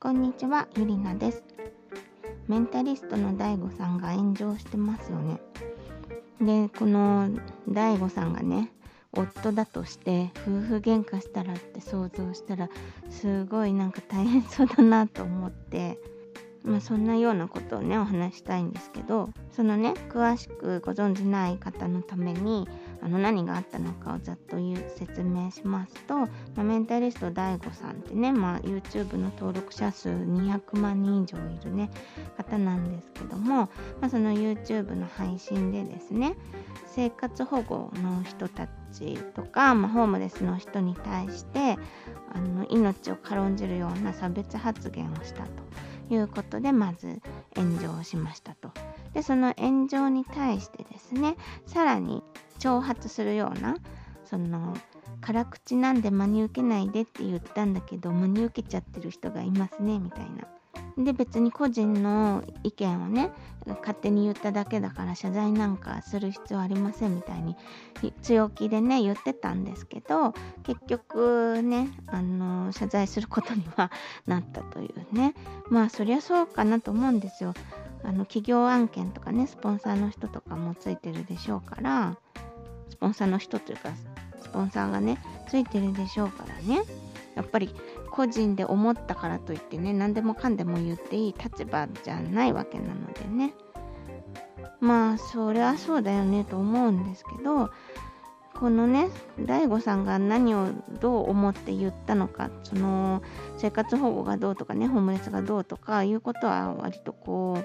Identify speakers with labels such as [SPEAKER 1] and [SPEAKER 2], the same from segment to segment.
[SPEAKER 1] こんにちは、ゆりなです。メンタリストの大悟さんが炎上してますよね。で、この大悟さんがね、夫だとして夫婦喧嘩したらって想像したら、すごいなんか大変そうだなと思って、そんなようなことをね、お話したいんですけど、そのね、詳しくご存じない方のために、何があったのかをざっと説明しますと、メンタリスト DAIGO さんってね、YouTube の登録者数200万人以上いるね、方なんですけども、その YouTube の配信でですね、生活保護の人たちとか、ホームレスの人に対して命を軽んじるような差別発言をしたということで、まず炎上しましたと。で、その炎上に対してですね、さらに挑発するような、辛口なんで真に受けないでって言ったんだけど、真に受けちゃってる人がいますねみたいな。で、別に個人の意見をね、勝手に言っただけだから謝罪なんかする必要ありませんみたいに強気でね言ってたんですけど、結局ね謝罪することにはなったというね。そりゃそうかなと思うんですよ。企業案件とかね、スポンサーの人とかもついてるでしょうから、スポンサーの人というかスポンサーがねついてるでしょうからね、やっぱり個人で思ったからといってね、何でもかんでも言っていい立場じゃないわけなのでね、そりゃそうだよねと思うんですけど、このね大悟さんが何をどう思って言ったのか、その生活保護がどうとかね、ホームレスがどうとかいうことは割と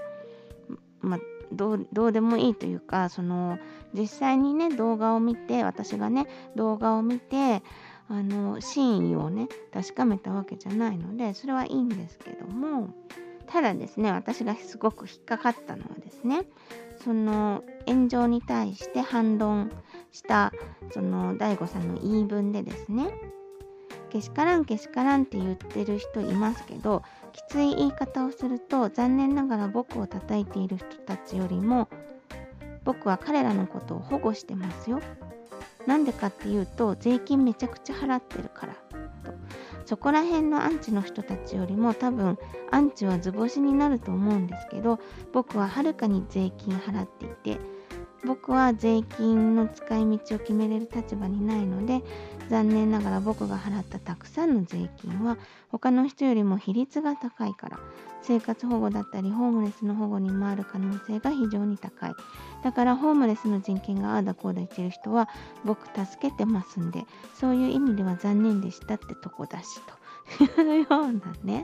[SPEAKER 1] どうでもいいというか、実際にね私がね動画を見て真意をね確かめたわけじゃないので、それはいいんですけども、ただですね、私がすごく引っかかったのはですね、その炎上に対して反論したその大悟さんの言い分でですね、けしからんって言ってる人いますけど、きつい言い方をすると、残念ながら僕を叩いている人たちよりも僕は彼らのことを保護してますよ。なんでかっていうと、税金めちゃくちゃ払ってるからと。そこら辺のアンチの人たちよりも多分アンチは図星になると思うんですけど、僕ははるかに税金払っていて、僕は税金の使い道を決めれる立場にないので、残念ながら僕が払ったたくさんの税金は他の人よりも比率が高いから、生活保護だったりホームレスの保護に回る可能性が非常に高い。だからホームレスの人権がああだこうだ言ってる人は僕助けてますんで、そういう意味では残念でしたってとこだしというようなね、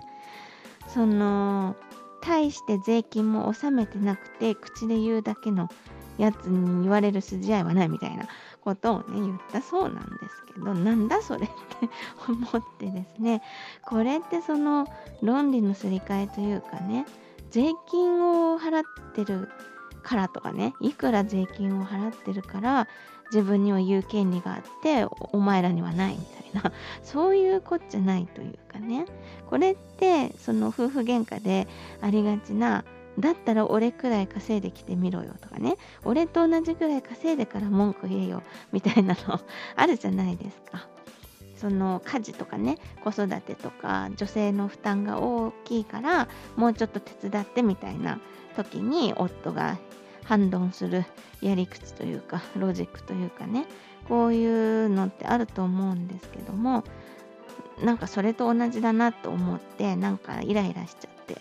[SPEAKER 1] 大して税金も納めてなくて口で言うだけのやつに言われる筋合いはないみたいなことをね言ったそうなんですけど、なんだそれって思ってですね、これってその論理のすり替えというかね、税金を払ってるからとかね、いくら税金を払ってるから自分には言う権利があってお前らにはないみたいな、そういうこっちゃないというかね、これってその夫婦喧嘩でありがちな、だったら俺くらい稼いできてみろよとかね、俺と同じくらい稼いでから文句言えよみたいなのあるじゃないですか。その家事とかね、子育てとか女性の負担が大きいからもうちょっと手伝ってみたいな時に夫が反論するやり口というかロジックというかね、こういうのってあると思うんですけども、なんかそれと同じだなと思って、なんかイライラしちゃって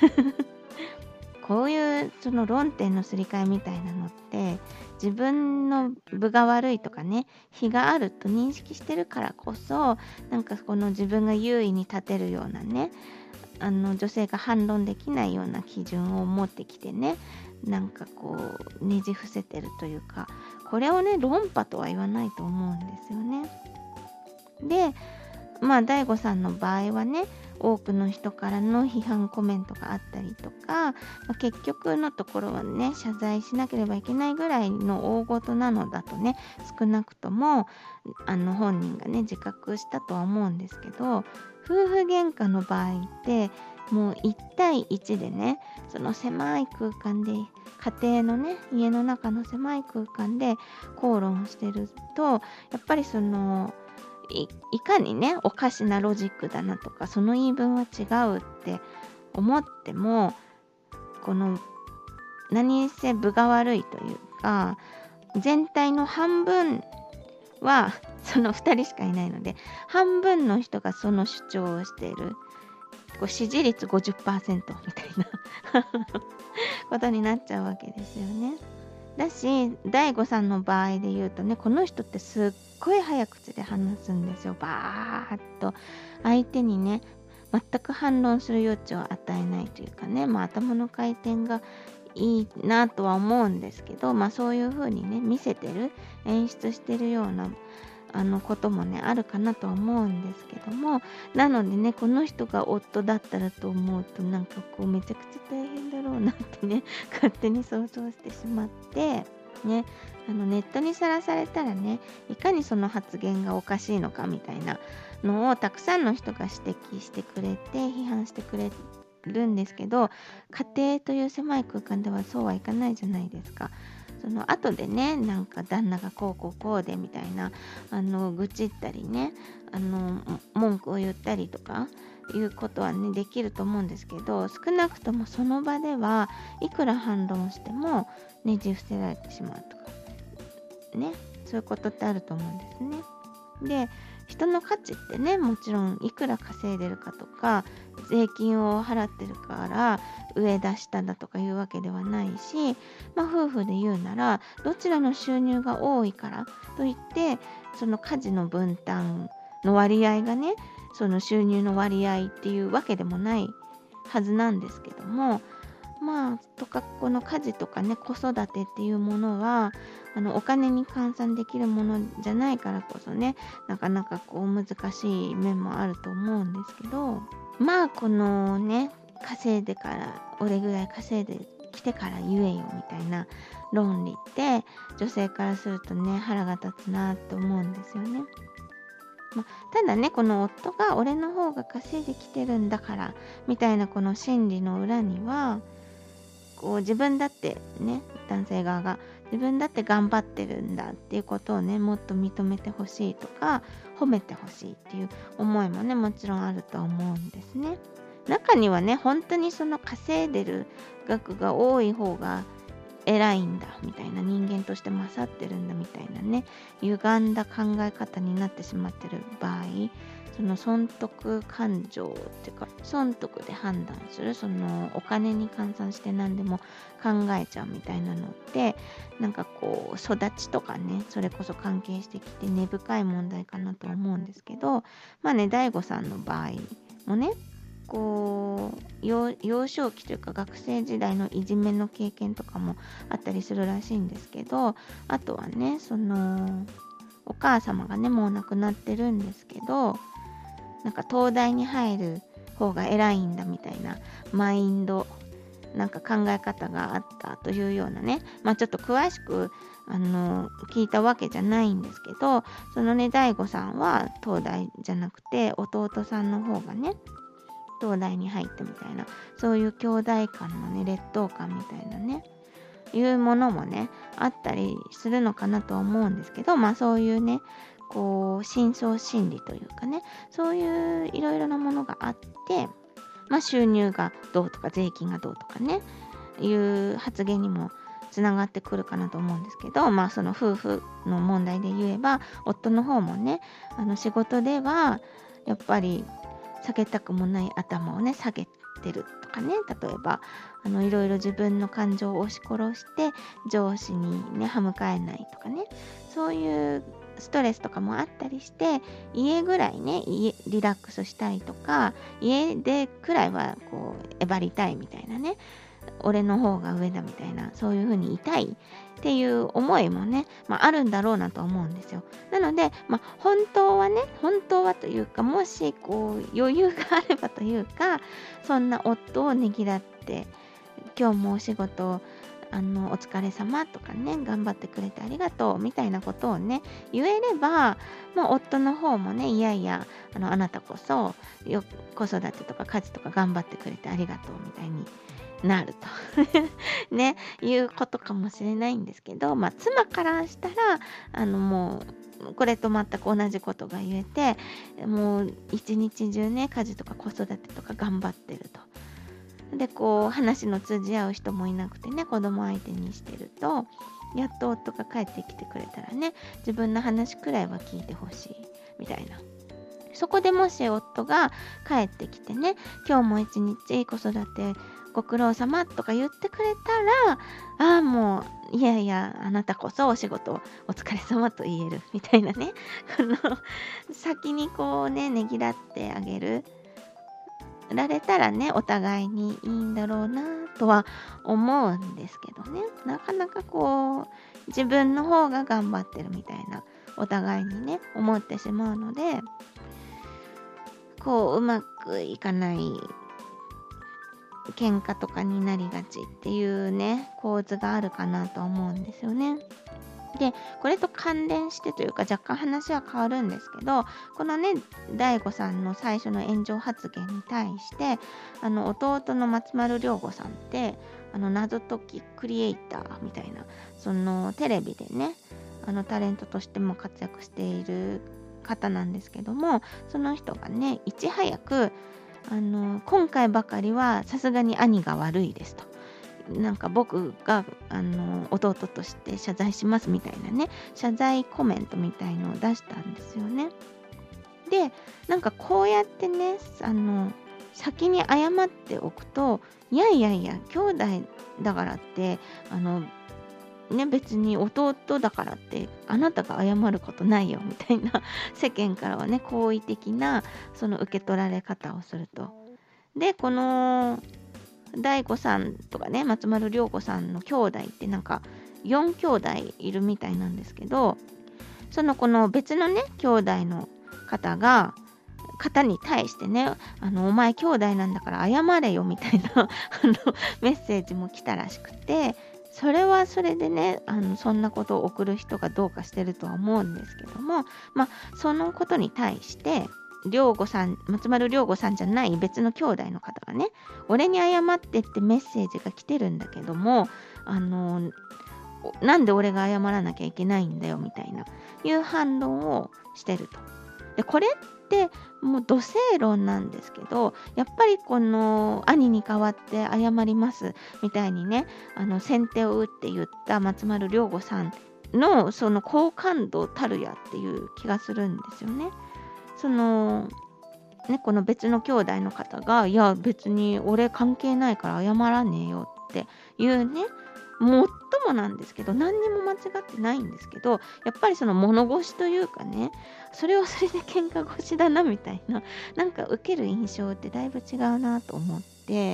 [SPEAKER 1] こういうその論点のすり替えみたいなのって、自分の分が悪いとかね、非があると認識してるからこそ、なんかこの自分が優位に立てるようなね、女性が反論できないような基準を持ってきてね、なんかこうねじ伏せてるというか、これをね論破とは言わないと思うんですよね。で、大悟さんの場合はね、多くの人からの批判コメントがあったりとか、結局のところはね謝罪しなければいけないぐらいの大事なのだとね、少なくとも本人がね自覚したとは思うんですけど、夫婦喧嘩の場合ってもう1対1でね、その狭い空間で、家庭のね家の中の狭い空間で口論してると、やっぱりそのいかにねおかしなロジックだなとか、その言い分は違うって思っても、この何せ分が悪いというか、全体の半分はその2人しかいないので、半分の人がその主張をしている、支持率 50% みたいなことになっちゃうわけですよね。だし、大悟さんの場合で言うとね、この人ってすっごい早口で話すんですよ。バーッと相手にね全く反論する余地を与えないというかね、頭の回転がいいなとは思うんですけど、そういう風にね見せてる、演出してるようなこともねあるかなとは思うんですけども、なのでねこの人が夫だったらと思うと、なんかこうめちゃくちゃ大変だろうなってね勝手に想像してしまってね、ネットにさらされたらね、いかにその発言がおかしいのかみたいなのをたくさんの人が指摘してくれて批判してくれるんですけど、家庭という狭い空間ではそうはいかないじゃないですか。その後でね、なんか旦那がこうでみたいな愚痴ったりね、文句を言ったりとかいうことはねできると思うんですけど、少なくともその場ではいくら反論してもねじ伏せられてしまうとかね、そういうことってあると思うんですね。で、人の価値ってね、もちろんいくら稼いでるかとか税金を払ってるから上だ下だとかいうわけではないし、夫婦で言うならどちらの収入が多いからといってその家事の分担の割合がね、その収入の割合っていうわけでもないはずなんですけども、とかこの家事とかね子育てっていうものはお金に換算できるものじゃないからこそね、なかなかこう難しい面もあると思うんですけど、このね稼いでから俺ぐらい稼いできてから言えよみたいな論理って女性からするとね腹が立つなと思うんですよね。ただねこの夫が俺の方が稼いできてるんだからみたいなこの心理の裏には、こう自分だってね、男性側が自分だって頑張ってるんだっていうことをねもっと認めてほしいとか褒めてほしいっていう思いもねもちろんあると思うんですね。中にはね本当にその稼いでる額が多い方が偉いんだみたいな、人間として勝ってるんだみたいなね歪んだ考え方になってしまってる場合、その損得感情っていうか損得で判断する、そのお金に換算して何でも考えちゃうみたいなのって、なんかこう育ちとかねそれこそ関係してきて根深い問題かなと思うんですけど、大悟さんの場合もね、こう幼少期というか学生時代のいじめの経験とかもあったりするらしいんですけど、あとはねそのお母様がねもう亡くなってるんですけど、なんか東大に入る方が偉いんだみたいなマインド、なんか考え方があったというようなね、ちょっと詳しく聞いたわけじゃないんですけど、そのね大悟さんは東大じゃなくて弟さんの方がね東大に入ってみたいな、そういう兄弟間のね劣等感みたいなねいうものもねあったりするのかなと思うんですけど、そういうねこう深層心理というかね、そういういろいろなものがあって、収入がどうとか税金がどうとかねいう発言にもつながってくるかなと思うんですけど、その夫婦の問題で言えば夫の方もね仕事ではやっぱり下げたくもない頭をね下げてるとかね、例えばいろいろ自分の感情を押し殺して上司にね歯向かえないとかね、そういうストレスとかもあったりして、家ぐらいねリラックスしたいとか家でくらいはこうえばりたいみたいなね、俺の方が上だみたいな、そういう風にいたいっていう思いもね、あるんだろうなと思うんですよ。なので、本当はというか、もしこう余裕があればというか、そんな夫をねぎらって、今日もお仕事お疲れ様とかね、頑張ってくれてありがとうみたいなことをね言えれば、夫の方もねいやいやあなたこそ子育てとか家事とか頑張ってくれてありがとうみたいになるとねいうことかもしれないんですけど、妻からしたらもこれと全く同じことが言えて、もう一日中ね家事とか子育てとか頑張ってると。でこう話の通じ合う人もいなくてね、子供相手にしてると、やっと夫が帰ってきてくれたらね、自分の話くらいは聞いてほしいみたいな。そこでもし夫が帰ってきてね、今日も一日子育てご苦労様とか言ってくれたら、もういやいやあなたこそお仕事お疲れ様と言えるみたいなね先にこうねねぎらってあげるられたらね、お互いにいいんだろうなとは思うんですけどね、なかなかこう自分の方が頑張ってるみたいなお互いにね思ってしまうので、こううまくいかない喧嘩とかになりがちっていうね構図があるかなと思うんですよね。でこれと関連してというか若干話は変わるんですけど、このね大悟さんの最初の炎上発言に対して弟の松丸亮吾さんって謎解きクリエイターみたいな、そのテレビでねタレントとしても活躍している方なんですけども、その人がねいち早く今回ばかりはさすがに兄が悪いですと、なんか僕が弟として謝罪しますみたいなね謝罪コメントみたいのを出したんですよね。でなんかこうやってね先に謝っておくと、いやいやいや兄弟だからって別に弟だからってあなたが謝ることないよみたいな世間からはね好意的なその受け取られ方をすると。でこの大悟さんとかね松丸亮吾さんの兄弟ってなんか4兄弟いるみたいなんですけど、この別のね兄弟の方に対してねお前兄弟なんだから謝れよみたいなメッセージも来たらしくて、それはそれでねそんなことを送る人がどうかしてるとは思うんですけども、そのことに対して松丸亮吾さんじゃない別の兄弟の方がね、俺に謝ってってメッセージが来てるんだけどもなんで俺が謝らなきゃいけないんだよみたいないう反論をしてると。でこれってもう土星論なんですけど、やっぱりこの兄に代わって謝りますみたいにね先手を打って言った松丸亮吾さんのその好感度たるやっていう気がするんですよね。この別の兄弟の方が、いや別に俺関係ないから謝らねえよっていうね、もっともなんですけど何にも間違ってないんですけど、やっぱりその物腰というかね、それはそれで喧嘩腰だなみたいな、なんか受ける印象ってだいぶ違うなと思って、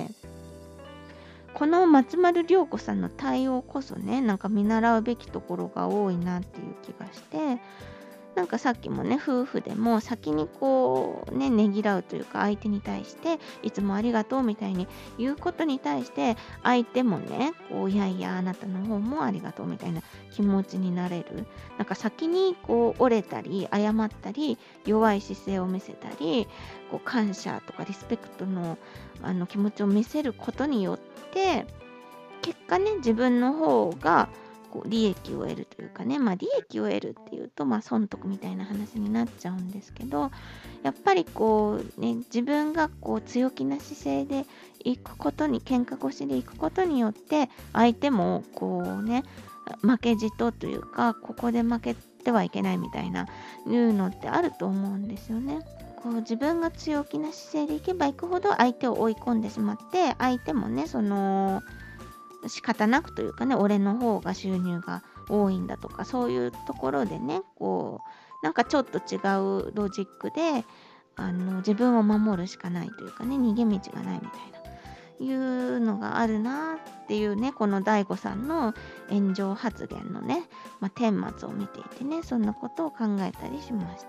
[SPEAKER 1] この松丸亮子さんの対応こそね、なんか見習うべきところが多いなっていう気がして、なんかさっきもね夫婦でも先にこうねねぎらうというか、相手に対していつもありがとうみたいに言うことに対して相手もねこういやいやあなたの方もありがとうみたいな気持ちになれる、なんか先にこう折れたり謝ったり弱い姿勢を見せたりこう感謝とかリスペクトの気持ちを見せることによって結果ね自分の方が利益を得るというかね、利益を得るっていうと損得みたいな話になっちゃうんですけど、やっぱりこうね自分がこう強気な姿勢で行くことに、喧嘩腰で行くことによって相手もこうね負けじとというか、ここで負けてはいけないみたいないうのってあると思うんですよね。こう自分が強気な姿勢でいけばいくほど相手を追い込んでしまって、相手もね仕方なくというかね、俺の方が収入が多いんだとか、そういうところでねこうなんかちょっと違うロジックで自分を守るしかないというかね、逃げ道がないみたいないうのがあるなっていうね、この大悟さんの炎上発言のね、顛末を見ていてね、そんなことを考えたりしました。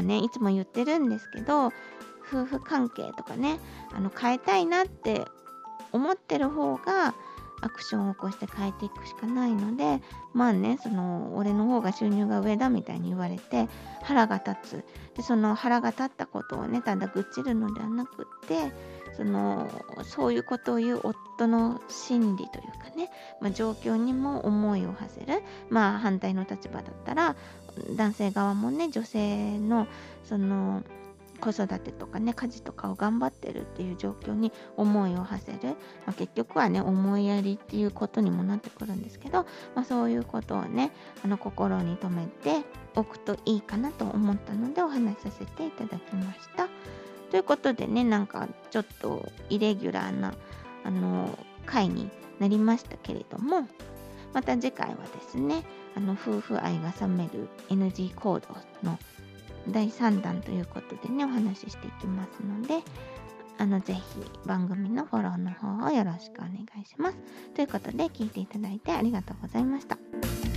[SPEAKER 1] いつも言ってるんですけど、夫婦関係とかね変えたいなって思ってる方がアクションを起こして変えていくしかないので、俺の方が収入が上だみたいに言われて腹が立つ。でその腹が立ったことをねただ愚痴るのではなくって、そういうことを言う夫の心理というかね、状況にも思いを馳せる。反対の立場だったら男性側もね、女性のその子育てとかね、家事とかを頑張ってるっていう状況に思いを馳せる、結局はね、思いやりっていうことにもなってくるんですけど、そういうことをね、心に留めておくといいかなと思ったのでお話しさせていただきました。ということでね、なんかちょっとイレギュラーな回になりましたけれども、また次回はですね、夫婦愛が冷める NG 行動の第3弾ということでね、お話ししていきますので、ぜひ番組のフォローの方をよろしくお願いします。ということで、聞いていただいてありがとうございました。